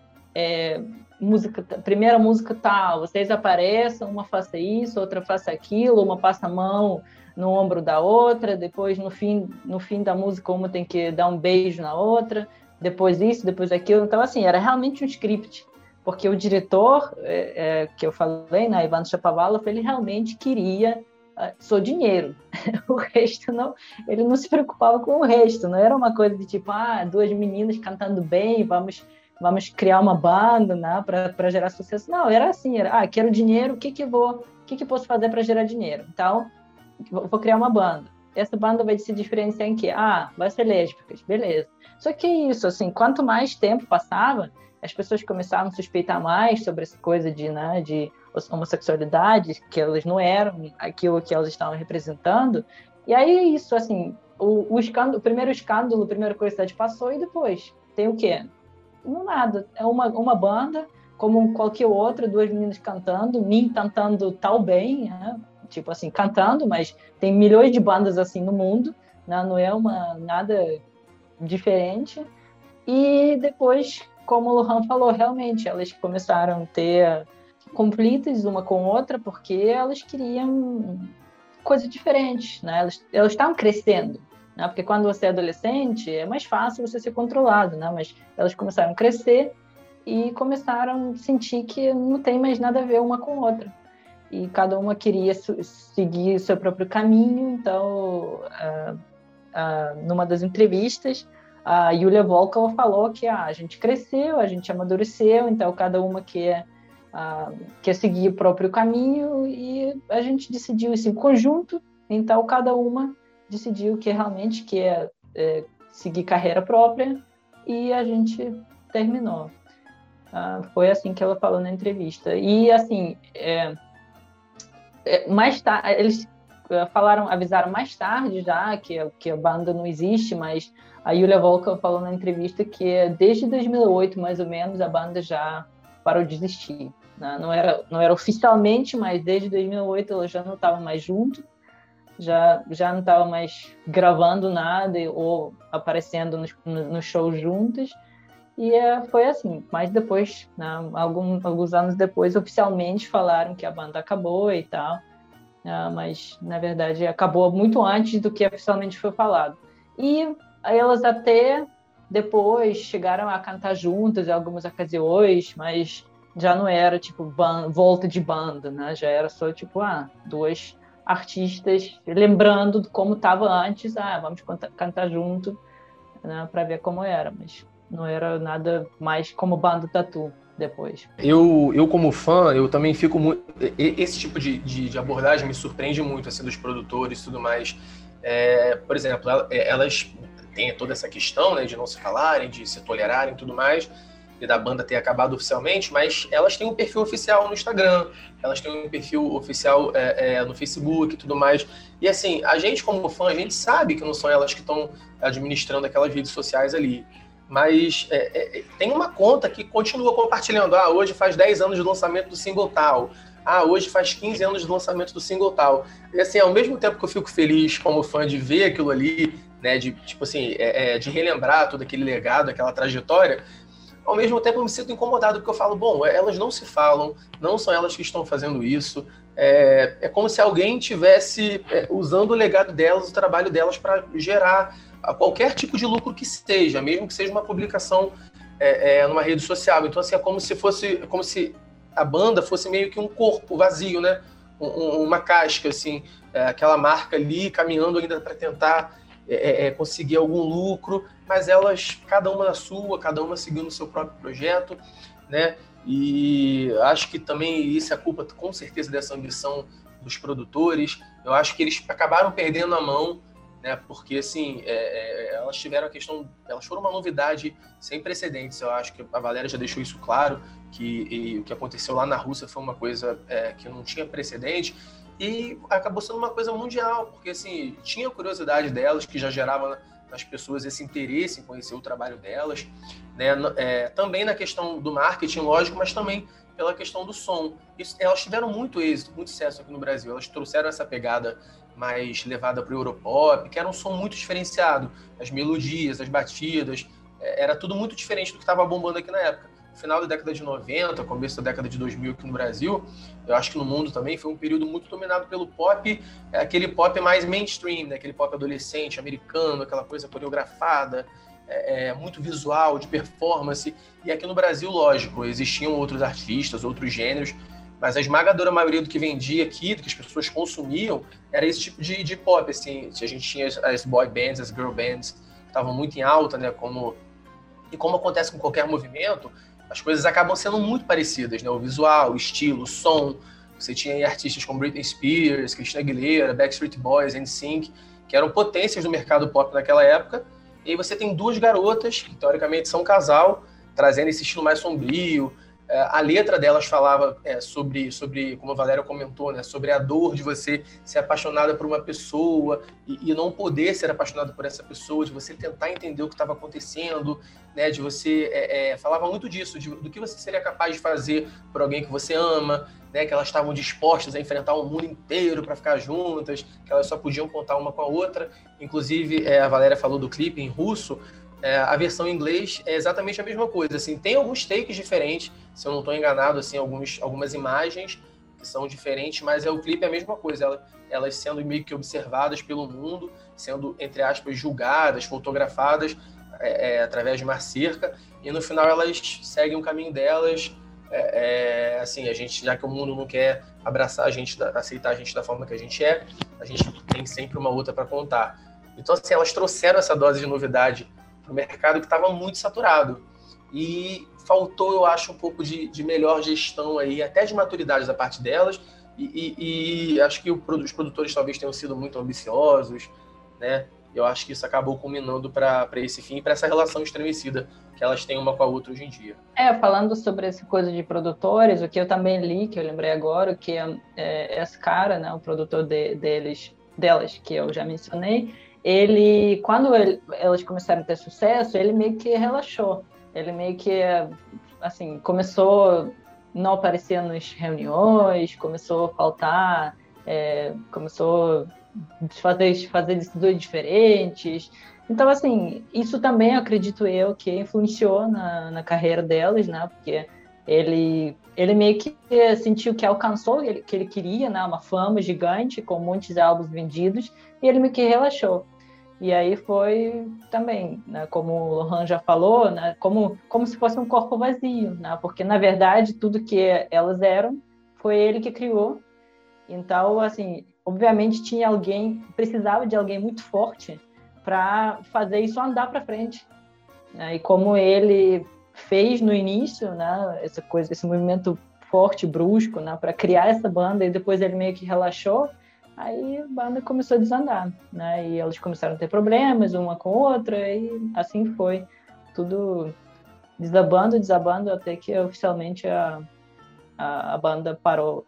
primeira música tal, vocês apareçam, uma faça isso, outra faça aquilo, uma passa a mão no ombro da outra, depois no fim da música uma tem que dar um beijo na outra, depois isso, depois aquilo. Então, assim, era realmente um script, porque o diretor, que eu falei, né, Ivan Shapovalov, ele realmente queria só dinheiro. O resto não, ele não se preocupava com o resto, não era uma coisa de tipo, duas meninas cantando bem, vamos criar uma banda, né, para gerar sucesso. Não, era assim, quero dinheiro, o que posso fazer para gerar dinheiro? Então, vou criar uma banda. Essa banda vai se diferenciar em quê? Vai ser lésbicas, beleza. Só que é isso, assim, quanto mais tempo passava, as pessoas começaram a suspeitar mais sobre essa coisa de homossexualidade, que elas não eram aquilo que elas estavam representando. E aí isso, assim, o primeiro escândalo, a primeira curiosidade passou, e depois tem o quê? Não, nada. É uma banda, como qualquer outra, duas meninas cantando, nem cantando tão bem, né? Tipo assim, cantando, mas tem milhões de bandas assim no mundo, né? Não é nada diferente. E depois, como o Lohan falou, realmente, elas começaram a ter conflitos uma com outra, porque elas queriam coisas diferentes, né? Elas estavam crescendo, né? Porque quando você é adolescente, é mais fácil você ser controlado, né? Mas elas começaram a crescer e começaram a sentir que não tem mais nada a ver uma com a outra. E cada uma queria seguir o seu próprio caminho. Então, numa das entrevistas, a Yulia Volkova falou que a gente cresceu, a gente amadureceu, então cada uma quer seguir o próprio caminho, e a gente decidiu isso em conjunto. Então cada uma decidiu que realmente quer seguir carreira própria, e a gente terminou. Foi assim que ela falou na entrevista. E assim, mais tarde, eles avisaram mais tarde já que a banda não existe, mas a Yulia Volkova falou na entrevista que desde 2008, mais ou menos, a banda já parou de existir. Né? Não era oficialmente, mas desde 2008 ela já não estava mais junto, já não estava mais gravando nada ou aparecendo nos shows juntas. E foi assim. Mas depois, né, alguns anos depois, oficialmente falaram que a banda acabou e tal. Mas, na verdade, acabou muito antes do que oficialmente foi falado. E elas até depois chegaram a cantar juntas em algumas ocasiões, mas já não era, tipo, volta de banda, né? Já era só, tipo, duas artistas lembrando como estava antes. Vamos cantar junto, né, para ver como era. Mas não era nada mais como banda Tatu depois. Eu como fã, eu também fico muito... Esse tipo de abordagem me surpreende muito, assim, dos produtores e tudo mais. Por exemplo, elas têm toda essa questão, né, de não se falarem, de se tolerarem e tudo mais, e da banda ter acabado oficialmente, mas elas têm um perfil oficial no Instagram, elas têm um perfil oficial no Facebook e tudo mais. E assim, a gente como fã, a gente sabe que não são elas que estão administrando aquelas redes sociais ali. Mas tem uma conta que continua compartilhando. Hoje faz 10 anos do lançamento do single tal. Hoje faz 15 anos do lançamento do single tal. E assim, ao mesmo tempo que eu fico feliz como fã de ver aquilo ali, né, de relembrar todo aquele legado, aquela trajetória, ao mesmo tempo eu me sinto incomodado, porque eu falo, bom, elas não se falam, não são elas que estão fazendo isso. É como se alguém estivesse usando o legado delas, o trabalho delas, para gerar a qualquer tipo de lucro que seja, mesmo que seja uma publicação numa rede social. Então, assim, é como se a banda fosse meio que um corpo vazio, né? Uma casca, assim, aquela marca ali caminhando ainda para tentar conseguir algum lucro, mas elas, cada uma na sua, cada uma seguindo o seu próprio projeto, né? E acho que também isso é culpa, com certeza, dessa ambição dos produtores. Eu acho que eles acabaram perdendo a mão, né, porque assim, elas tiveram a questão, elas foram uma novidade sem precedentes. Eu acho que a Valéria já deixou isso claro, que o que aconteceu lá na Rússia foi uma coisa que não tinha precedente, e acabou sendo uma coisa mundial, porque assim, tinha curiosidade delas, que já gerava nas pessoas esse interesse em conhecer o trabalho delas, né, também na questão do marketing, lógico, mas também pela questão do som. Elas tiveram muito êxito, muito sucesso aqui no Brasil. Elas trouxeram essa pegada mais levada para o Europop, que era um som muito diferenciado. As melodias, as batidas, era tudo muito diferente do que estava bombando aqui na época. No final da década de 90, começo da década de 2000 aqui no Brasil, eu acho que no mundo também foi um período muito dominado pelo pop, aquele pop mais mainstream, né? Aquele pop adolescente, americano, aquela coisa coreografada, muito visual, de performance. E aqui no Brasil, lógico, existiam outros artistas, outros gêneros, mas a esmagadora maioria do que vendia aqui, do que as pessoas consumiam, era esse tipo de pop, assim. A gente tinha as boy bands, as girl bands, que estavam muito em alta, né? Como acontece com qualquer movimento, as coisas acabam sendo muito parecidas, né? O visual, o estilo, o som. Você tinha aí artistas como Britney Spears, Christina Aguilera, Backstreet Boys, NSYNC, que eram potências do mercado pop naquela época. E aí você tem duas garotas, que teoricamente são um casal, trazendo esse estilo mais sombrio. A letra delas falava sobre, como a Valéria comentou, né, sobre a dor de você ser apaixonada por uma pessoa e não poder ser apaixonado por essa pessoa, de você tentar entender o que estava acontecendo, né, de você... falava muito disso, do que você seria capaz de fazer por alguém que você ama, né, que elas estavam dispostas a enfrentar o mundo inteiro para ficar juntas, que elas só podiam contar uma com a outra. Inclusive, a Valéria falou do clipe em russo. A versão em inglês é exatamente a mesma coisa. Assim, tem alguns takes diferentes, se eu não estou enganado, assim, algumas imagens que são diferentes, mas o clipe é a mesma coisa. Elas sendo meio que observadas pelo mundo, sendo, entre aspas, julgadas, fotografadas através de uma cerca, e no final elas seguem o caminho delas. Assim, a gente, já que o mundo não quer abraçar a gente, aceitar a gente da forma que a gente tem sempre uma outra para contar. Então, assim, elas trouxeram essa dose de novidade para o mercado que estava muito saturado. E faltou, eu acho, um pouco de melhor gestão aí, até de maturidade da parte delas, e acho que os produtores talvez tenham sido muito ambiciosos, né? Eu acho que isso acabou culminando para esse fim, para essa relação estremecida que elas têm uma com a outra hoje em dia. Falando sobre essa coisa de produtores, o que eu também li, que eu lembrei agora, que esse cara, né, o produtor delas, que eu já mencionei, ele, quando elas começaram a ter sucesso, ele meio que relaxou. Ele meio que, assim, começou a não aparecer nas reuniões, começou a faltar, começou a fazer decisões diferentes. Então, assim, isso também, acredito eu, que influenciou na carreira delas, né? Porque ele meio que sentiu que alcançou o que ele queria, né? Uma fama gigante, com muitos álbuns vendidos, e ele meio que relaxou. E aí foi também, né, como o Lohan já falou, né, como se fosse um corpo vazio, né, porque, na verdade, tudo que elas eram foi ele que criou. Então, assim, obviamente precisava de alguém muito forte para fazer isso andar para frente, né, e como ele fez no início, né, esse movimento forte, brusco, né, para criar essa banda, e depois ele meio que relaxou. Aí a banda começou a desandar, né? E elas começaram a ter problemas uma com a outra, e assim foi. Tudo desabando, até que oficialmente a banda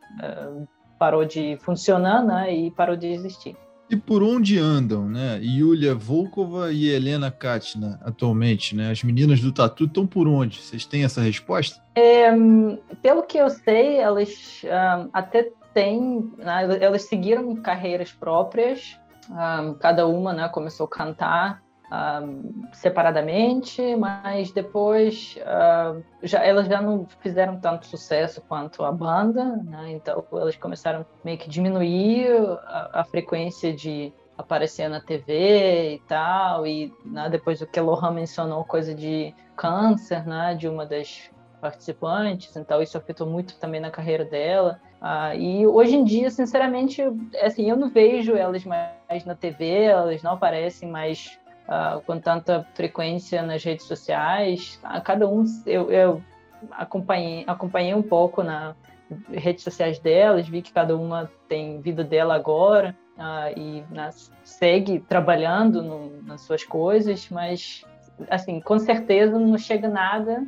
parou de funcionar, né? E parou de existir. E por onde andam, né? Yulia Volkova e Helena Katina atualmente, né? As meninas do Tatu estão por onde? Vocês têm essa resposta? Pelo que eu sei, elas até né, elas seguiram carreiras próprias, cada uma, né, começou a cantar separadamente, mas depois elas já não fizeram tanto sucesso quanto a banda, né, então elas começaram meio que diminuir a frequência de aparecer na TV e tal, e né, depois do que a Lohan mencionou, coisa de câncer, né, de uma das participantes, então isso afetou muito também na carreira dela. E hoje em dia, sinceramente, assim, eu não vejo elas mais na TV, elas não aparecem mais com tanta frequência nas redes sociais. Cada um, eu acompanhei um pouco nas redes sociais delas, vi que cada uma tem vida dela agora, e segue trabalhando nas suas coisas, mas, assim, com certeza não chega nada.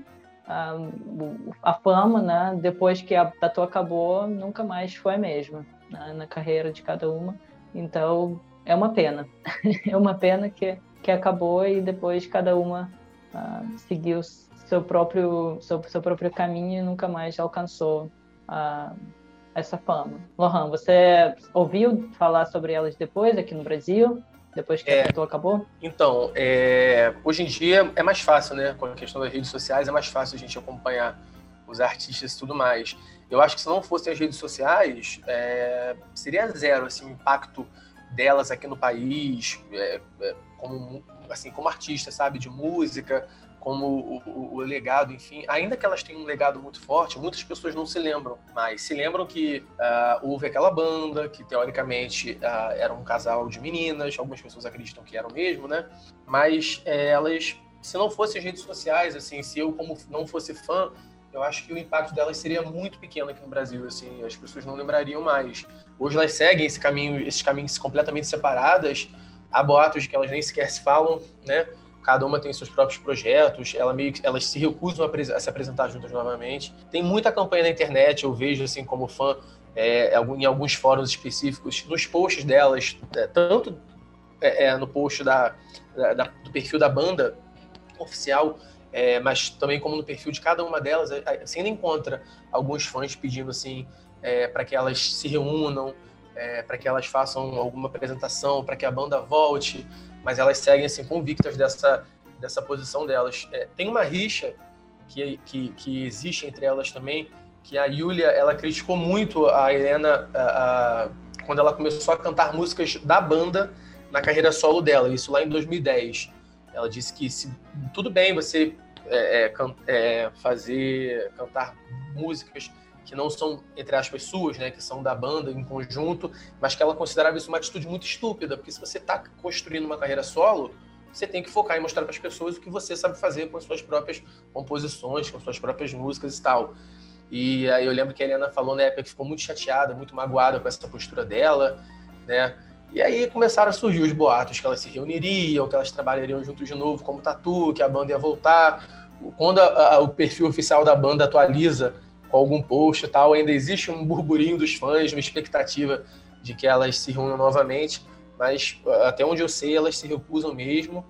A fama, né, depois que a Tatu acabou, nunca mais foi a mesma, né, na carreira de cada uma. Então, é uma pena. É uma pena que acabou e depois cada uma seguiu seu próprio caminho e nunca mais alcançou essa fama. Lohan, você ouviu falar sobre elas depois aqui no Brasil? Depois que a Tatu acabou? Então, hoje em dia é mais fácil, né? Com a questão das redes sociais, é mais fácil a gente acompanhar os artistas e tudo mais. Eu acho que se não fossem as redes sociais, seria zero assim, o impacto delas aqui no país, como artista, sabe? De música, como o legado, enfim. Ainda que elas tenham um legado muito forte, muitas pessoas não se lembram, mas se lembram que houve aquela banda, que teoricamente era um casal de meninas, algumas pessoas acreditam que eram mesmo, né? Mas elas, se não fossem as redes sociais, assim, se eu como não fosse fã, eu acho que o impacto delas seria muito pequeno aqui no Brasil, assim, as pessoas não lembrariam mais. Hoje elas seguem esses caminhos completamente separadas, há boatos de que elas nem sequer se falam, né? Cada uma tem seus próprios projetos, elas se recusam a se apresentar juntas novamente. Tem muita campanha na internet, eu vejo assim como fã, em alguns fóruns específicos, nos posts delas, tanto no post do perfil da banda oficial, mas também como no perfil de cada uma delas, você ainda encontra alguns fãs pedindo assim, para que elas se reúnam, para que elas façam alguma apresentação, para que a banda volte, mas elas seguem assim, convictas dessa posição delas. Tem uma rixa que existe entre elas também, que a Yulia, ela criticou muito a Helena quando ela começou a cantar músicas da banda na carreira solo dela, isso lá em 2010. Ela disse que tudo bem você cantar músicas que não são, entre aspas, suas, né, que são da banda em conjunto, mas que ela considerava isso uma atitude muito estúpida, porque se você está construindo uma carreira solo, você tem que focar em mostrar para as pessoas o que você sabe fazer com as suas próprias composições, com as suas próprias músicas e tal. E aí eu lembro que a Helena falou na época que ficou muito chateada, muito magoada com essa postura dela, né? E aí começaram a surgir os boatos que elas se reuniriam, que elas trabalhariam juntos de novo como Tatu, que a banda ia voltar. Quando o perfil oficial da banda atualiza com algum post e tal, ainda existe um burburinho dos fãs, uma expectativa de que elas se reúnam novamente, mas até onde eu sei, elas se recusam mesmo.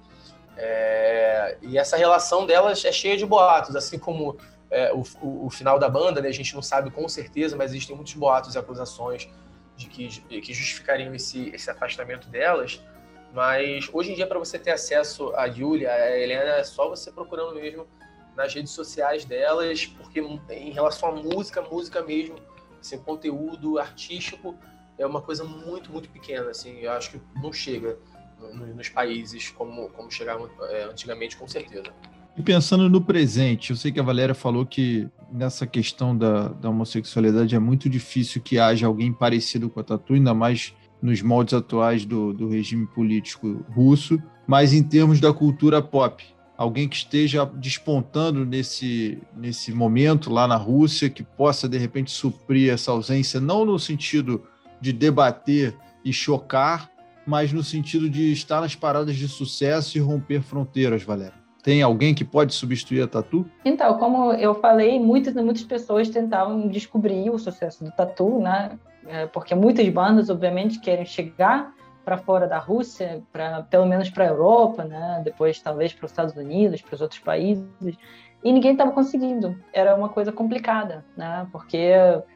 E essa relação delas é cheia de boatos, assim como o final da banda, né? A gente não sabe com certeza, mas existem muitos boatos e acusações de que justificariam esse afastamento delas. Mas hoje em dia, para você ter acesso a Yulia, a Helena, é só você procurando mesmo nas redes sociais delas, porque em relação à música mesmo, assim, conteúdo artístico é uma coisa muito, muito pequena, assim, eu acho que não chega nos países como chegava antigamente, com certeza. E pensando no presente, eu sei que a Valéria falou que nessa questão da homossexualidade é muito difícil que haja alguém parecido com a Tatu, ainda mais nos moldes atuais do regime político russo, mas em termos da cultura pop, alguém que esteja despontando nesse momento lá na Rússia, que possa, de repente, suprir essa ausência, não no sentido de debater e chocar, mas no sentido de estar nas paradas de sucesso e romper fronteiras, Valéria. Tem alguém que pode substituir a Tatu? Então, como eu falei, muitas pessoas tentavam descobrir o sucesso do Tatu, né? Porque muitas bandas, obviamente, querem chegar para fora da Rússia, pelo menos para a Europa, né? Depois talvez para os Estados Unidos, para os outros países, e ninguém estava conseguindo. Era uma coisa complicada, né? Porque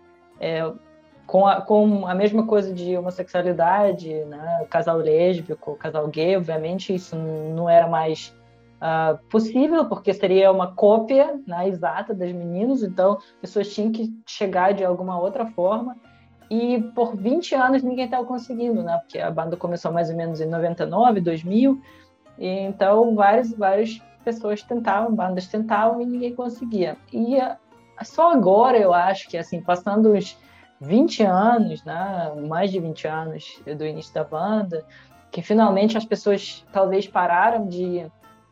com a mesma coisa de homossexualidade, né? Casal lésbico, casal gay, obviamente isso não era mais possível, porque seria uma cópia, né, exata das meninas, então pessoas tinham que chegar de alguma outra forma. E por 20 anos ninguém estava conseguindo, né? Porque a banda começou mais ou menos em 99, 2000, e então várias pessoas bandas tentavam e ninguém conseguia. E só agora eu acho que, assim, passando os 20 anos, né? Mais de 20 anos do início da banda, que finalmente as pessoas talvez pararam de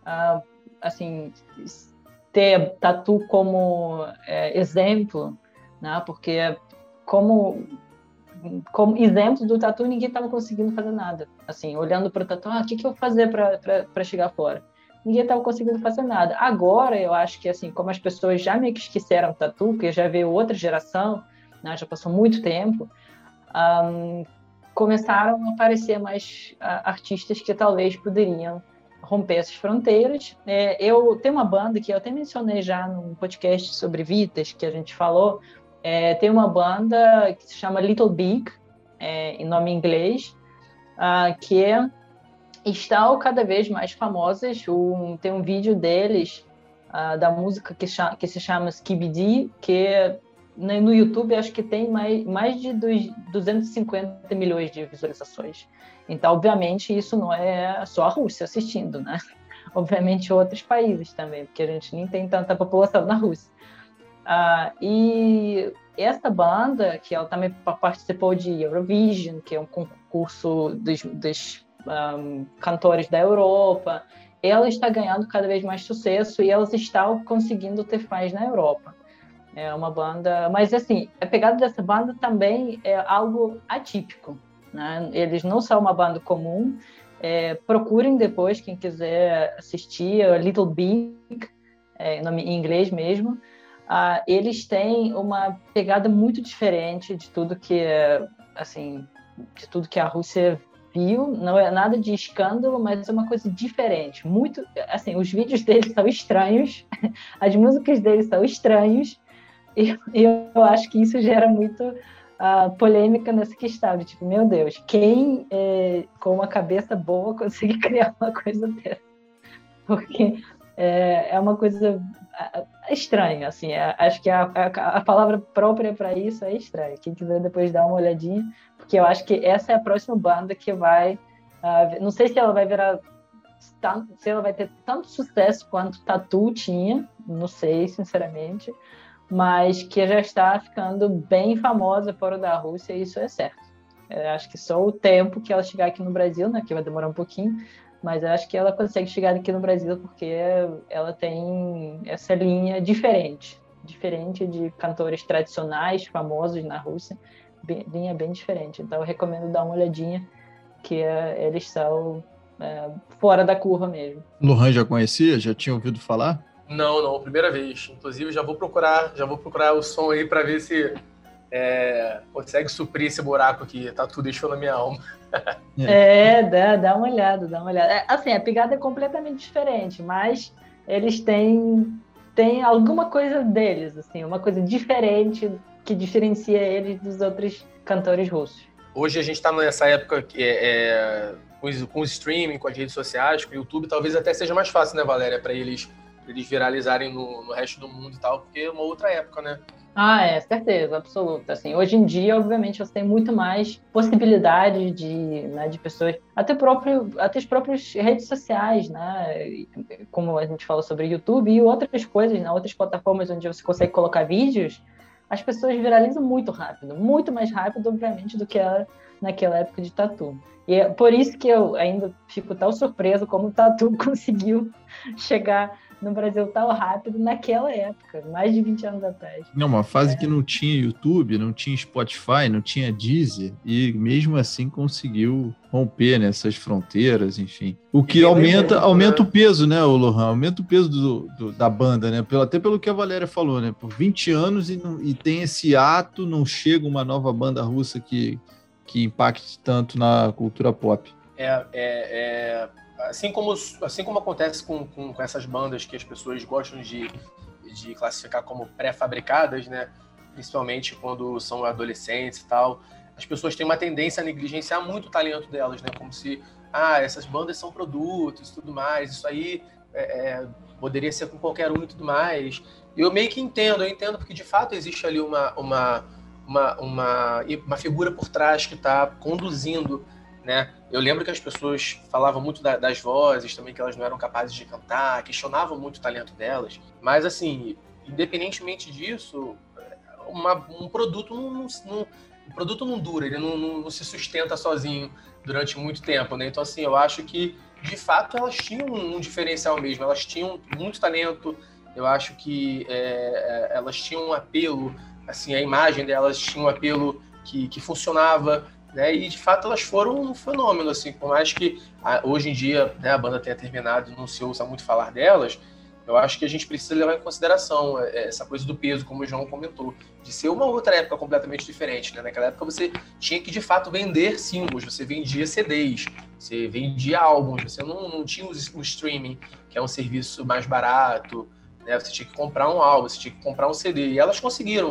assim, ter Tatu como exemplo, né? Porque como exemplo do Tatu, ninguém estava conseguindo fazer nada. Assim, olhando para o Tatu, o que eu vou fazer para chegar fora? Ninguém estava conseguindo fazer nada. Agora, eu acho que, assim, como as pessoas já meio que esqueceram o Tatu, porque já veio outra geração, né, já passou muito tempo, começaram a aparecer mais artistas que talvez poderiam romper essas fronteiras. Eu tenho uma banda que eu até mencionei já num podcast sobre Vitas, que a gente falou, Tem uma banda que se chama Little Big, em nome inglês, que estão cada vez mais famosas. Tem um vídeo deles, da música que se chama Skibidi, que no YouTube acho que tem mais de 250 milhões de visualizações. Então, obviamente, isso não é só a Rússia assistindo, né? Obviamente, outros países também, porque a gente nem tem tanta população na Rússia. E essa banda, que ela também participou de Eurovision, que é um concurso dos cantores da Europa, ela está ganhando cada vez mais sucesso e elas estão conseguindo ter fãs na Europa. É uma banda... Mas, assim, a pegada dessa banda também é algo atípico, né? Eles não são uma banda comum. Procurem depois, quem quiser assistir, Little Big, nome em inglês mesmo. Eles têm uma pegada muito diferente de tudo que a Rússia viu. Não é nada de escândalo, mas é uma coisa diferente. Muito, assim, os vídeos deles são estranhos, as músicas deles são estranhos, e eu acho que isso gera muito polêmica nessa questão de tipo, meu Deus, quem com uma cabeça boa consegue criar uma coisa dessa? Porque é uma coisa estranha, assim, acho que a palavra própria para isso é estranha. Quem quiser depois dar uma olhadinha, porque eu acho que essa é a próxima banda que vai, não sei se ela vai virar, se ela vai ter tanto sucesso quanto Tatu tinha, não sei, sinceramente, mas que já está ficando bem famosa fora da Rússia, e isso é certo. Acho que só o tempo que ela chegar aqui no Brasil, né, que vai demorar um pouquinho, mas acho que ela consegue chegar aqui no Brasil porque ela tem essa linha diferente de cantores tradicionais, famosos na Rússia, linha bem diferente. Então eu recomendo dar uma olhadinha, que eles são fora da curva mesmo. Lohan já conhecia? Já tinha ouvido falar? Não, primeira vez. Inclusive já vou procurar o som aí para ver se consegue suprir esse buraco que Tatu deixou na minha alma. Dá uma olhada. Assim, a pegada é completamente diferente, mas eles têm alguma coisa deles, assim, uma coisa diferente que diferencia eles dos outros cantores russos. Hoje a gente está nessa época com o streaming, com as redes sociais, com o YouTube, talvez até seja mais fácil, né, Valéria, para eles viralizarem no resto do mundo e tal, porque é uma outra época, né? Certeza, absoluta. Assim, hoje em dia, obviamente, você tem muito mais possibilidades de pessoas, até as próprias redes sociais, né? Como a gente falou sobre YouTube e outras coisas, né? Outras plataformas onde você consegue colocar vídeos, as pessoas viralizam muito rápido, muito mais rápido, obviamente, do que era naquela época de Tatu. E é por isso que eu ainda fico tão surpreso como o Tatu conseguiu chegar no Brasil tão rápido naquela época, mais de 20 anos atrás. Não, uma fase que não tinha YouTube, não tinha Spotify, não tinha Deezer, e mesmo assim conseguiu romper nessas fronteiras, enfim. O que aumenta o peso, né, o Lohan? Aumenta o peso da banda, né? Até pelo que a Valéria falou, né? Por 20 anos e tem esse ato, não chega uma nova banda russa que impacte tanto na cultura pop. Assim como acontece com essas bandas que as pessoas gostam de classificar como pré-fabricadas, né? Principalmente quando são adolescentes e tal, as pessoas têm uma tendência a negligenciar muito o talento delas, né? Como se, essas bandas são produtos e tudo mais, isso aí poderia ser com qualquer um e tudo mais. Eu meio que entendo porque de fato existe ali uma figura por trás que está conduzindo, né? Eu lembro que as pessoas falavam muito das vozes também, que elas não eram capazes de cantar, questionavam muito o talento delas. Mas, assim, independentemente disso, um produto não dura, ele não se sustenta sozinho durante muito tempo, né? Então, assim, eu acho que, de fato, elas tinham um diferencial mesmo. Elas tinham muito talento, eu acho que elas tinham um apelo, assim, a imagem delas tinha um apelo que funcionava, né? E de fato elas foram um fenômeno, assim, por mais que hoje em dia, né, a banda tenha terminado e não se ouça muito falar delas, eu acho que a gente precisa levar em consideração essa coisa do peso, como o João comentou, de ser uma outra época completamente diferente, né? Naquela época você tinha que de fato vender singles, você vendia CDs, você vendia álbuns, você não tinha o streaming, que é um serviço mais barato, né? Você tinha que comprar um álbum, você tinha que comprar um CD, e elas conseguiram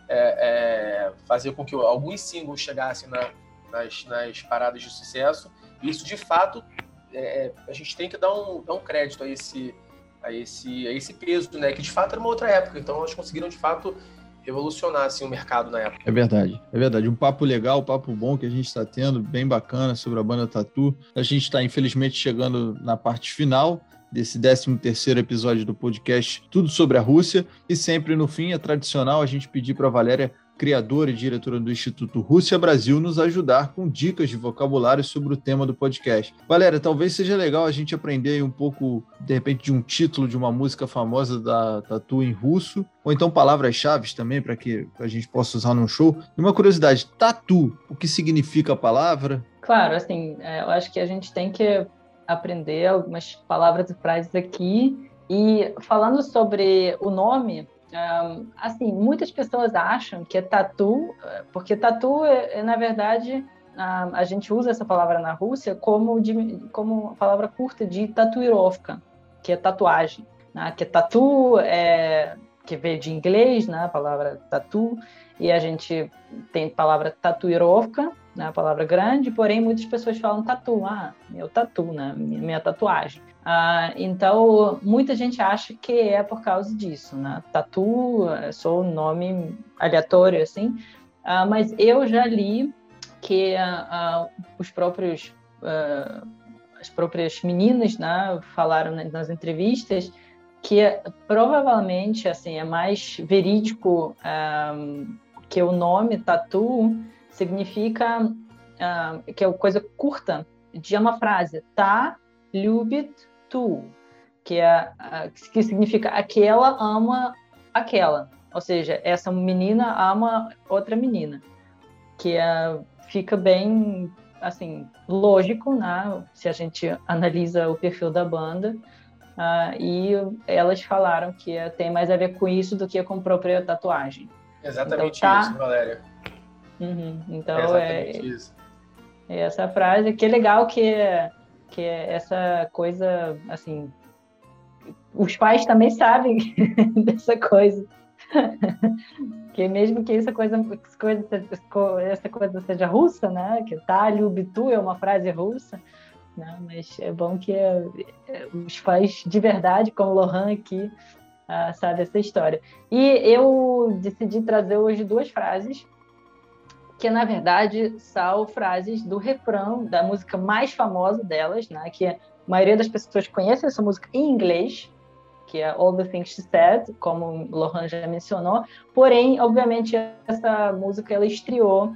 fazer com que alguns singles chegassem nas paradas de sucesso. Isso, de fato, a gente tem que dar um crédito a esse peso, né? Que de fato era uma outra época. Então elas conseguiram de fato revolucionar assim, o mercado na época. É verdade. Um papo legal, um papo bom que a gente está tendo, bem bacana, sobre a banda Tatu. A gente está, infelizmente, chegando na parte final desse 13º episódio do podcast Tudo sobre a Rússia, e sempre no fim é tradicional a gente pedir para a Valéria, criadora e diretora do Instituto Rússia Brasil, nos ajudar com dicas de vocabulário sobre o tema do podcast. Valéria, talvez seja legal a gente aprender um pouco, de repente, de um título de uma música famosa da Tatu em russo, ou então palavras-chave também, para que a gente possa usar num show. E uma curiosidade, Tatu, o que significa a palavra? Claro, assim, eu acho que a gente tem que aprender algumas palavras e frases aqui, e falando sobre o nome, assim, muitas pessoas acham que é tatu, porque tatu na verdade, a gente usa essa palavra na Rússia como palavra curta de tatuirovka, que é tatuagem, né? Que tatu que veio de inglês, né? A palavra tatu, e a gente tem a palavra tatuirovka, né? A palavra grande, porém muitas pessoas falam tatu, meu tatu, né? Minha tatuagem. Então, muita gente acha que é por causa disso, né? Tatu é só um nome aleatório, assim, mas eu já li que as próprias meninas, né, falaram nas entrevistas que provavelmente, assim, é mais verídico que o nome tatu significa que é coisa curta de uma frase, tá любит tu, que significa aquela ama aquela, ou seja, essa menina ama outra menina, que fica bem, assim, lógico, né? Se a gente analisa o perfil da banda, e elas falaram que tem mais a ver com isso do que com a própria tatuagem. Exatamente então, isso, Valéria. Então, exatamente isso. Essa frase, que é legal que é essa coisa, assim, os pais também sabem dessa coisa, que mesmo que essa coisa seja russa, né, que tá, любит é uma frase russa, né, mas é bom que os pais de verdade, como Lohan aqui, sabem essa história. E eu decidi trazer hoje duas frases que, na verdade, são frases do refrão da música mais famosa delas, né? Que a maioria das pessoas conhece essa música em inglês, que é All the Things She Said, como o Lohan já mencionou. Porém, obviamente, essa música ela estreou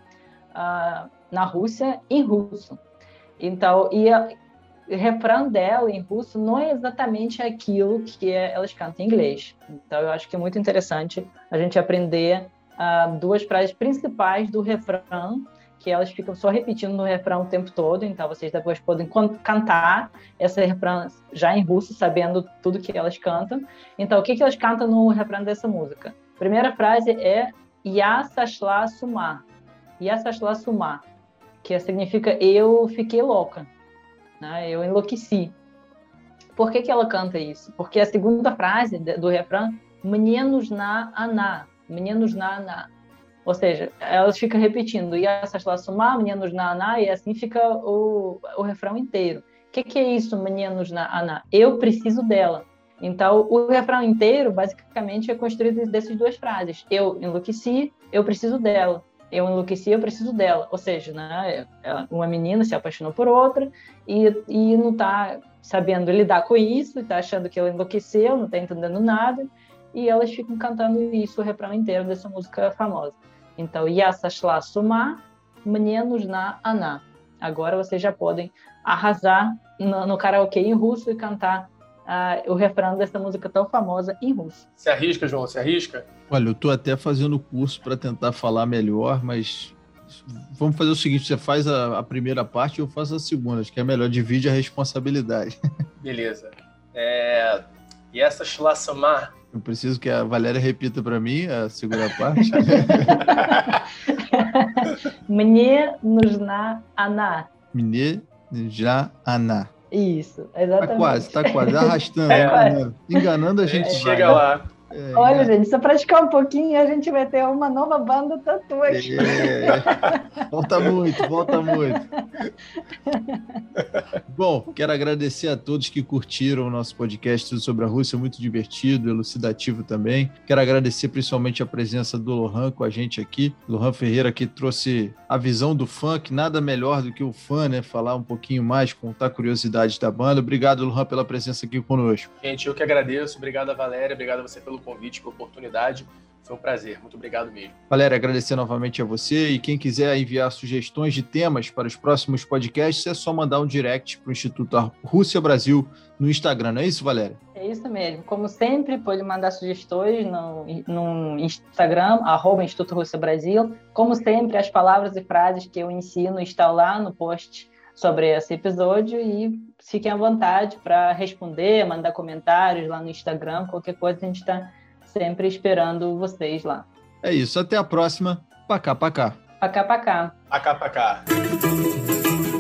na Rússia em russo. Então, o refrão dela em russo não é exatamente aquilo que elas cantam em inglês. Então, eu acho que é muito interessante a gente aprender duas frases principais do refrão, que elas ficam só repetindo no refrão o tempo todo, então vocês depois podem cantar esse refrão já em russo, sabendo tudo que elas cantam. Então, o que elas cantam no refrão dessa música? A primeira frase é Я сошла с ума. Я сошла с ума, que significa eu fiquei louca, né? Eu enlouqueci. Por que ela canta isso? Porque a segunda frase do refrão, Мне нужна она. Мне нужна она. Ou seja, elas ficam repetindo Я сошла с ума, мне нужна она, e assim fica o refrão inteiro. O que é isso, Мне нужна она? Eu preciso dela. Então, o refrão inteiro, basicamente, é construído dessas duas frases. Eu enlouqueci, eu preciso dela. Eu enlouqueci, eu preciso dela. Ou seja, né, uma menina se apaixonou por outra e não está sabendo lidar com isso, está achando que ela enlouqueceu, não está entendendo nada, e elas ficam cantando isso, o refrão inteiro dessa música famosa. Então, Я сошла с ума, мне нужна она. Agora vocês já podem arrasar no karaokê em russo e cantar o refrão dessa música tão famosa em russo. Se arrisca, João? Se arrisca? Olha, eu estou até fazendo curso para tentar falar melhor, mas vamos fazer o seguinte, você faz a primeira parte e eu faço a segunda, acho que é melhor, divide a responsabilidade. Beleza. Я сошла с ума. Eu preciso que a Valéria repita para mim a segunda parte. Мне нужна она. Мне нужна она. Isso, exatamente. Tá quase, arrastando, enganando a gente. Chega lá. Olha, gente, se eu praticar um pouquinho, a gente vai ter uma nova banda tatu aqui. Volta muito. Bom, quero agradecer a todos que curtiram o nosso podcast Tudo sobre a Rússia, muito divertido, elucidativo também. Quero agradecer principalmente a presença do Lohan com a gente aqui. Lohan Ferreira, que trouxe a visão do fã, que nada melhor do que o fã, né? Falar um pouquinho mais, contar curiosidades da banda. Obrigado, Lohan, pela presença aqui conosco. Gente, eu que agradeço. Obrigado a Valéria, obrigado a você pelo convite, pela oportunidade. Foi um prazer. Muito obrigado mesmo. Valéria, agradecer novamente a você, e quem quiser enviar sugestões de temas para os próximos podcasts, é só mandar um direct para o Instituto Rússia Brasil no Instagram, não é isso, Valéria? É isso mesmo. Como sempre, pode mandar sugestões no Instagram, @Instituto Rússia Brasil. Como sempre, as palavras e frases que eu ensino estão lá no post sobre esse episódio, e fiquem à vontade para responder, mandar comentários lá no Instagram, qualquer coisa a gente está sempre esperando vocês lá. É isso, até a próxima. Pacá, pacá. Pacá, pacá. Pacá, pacá.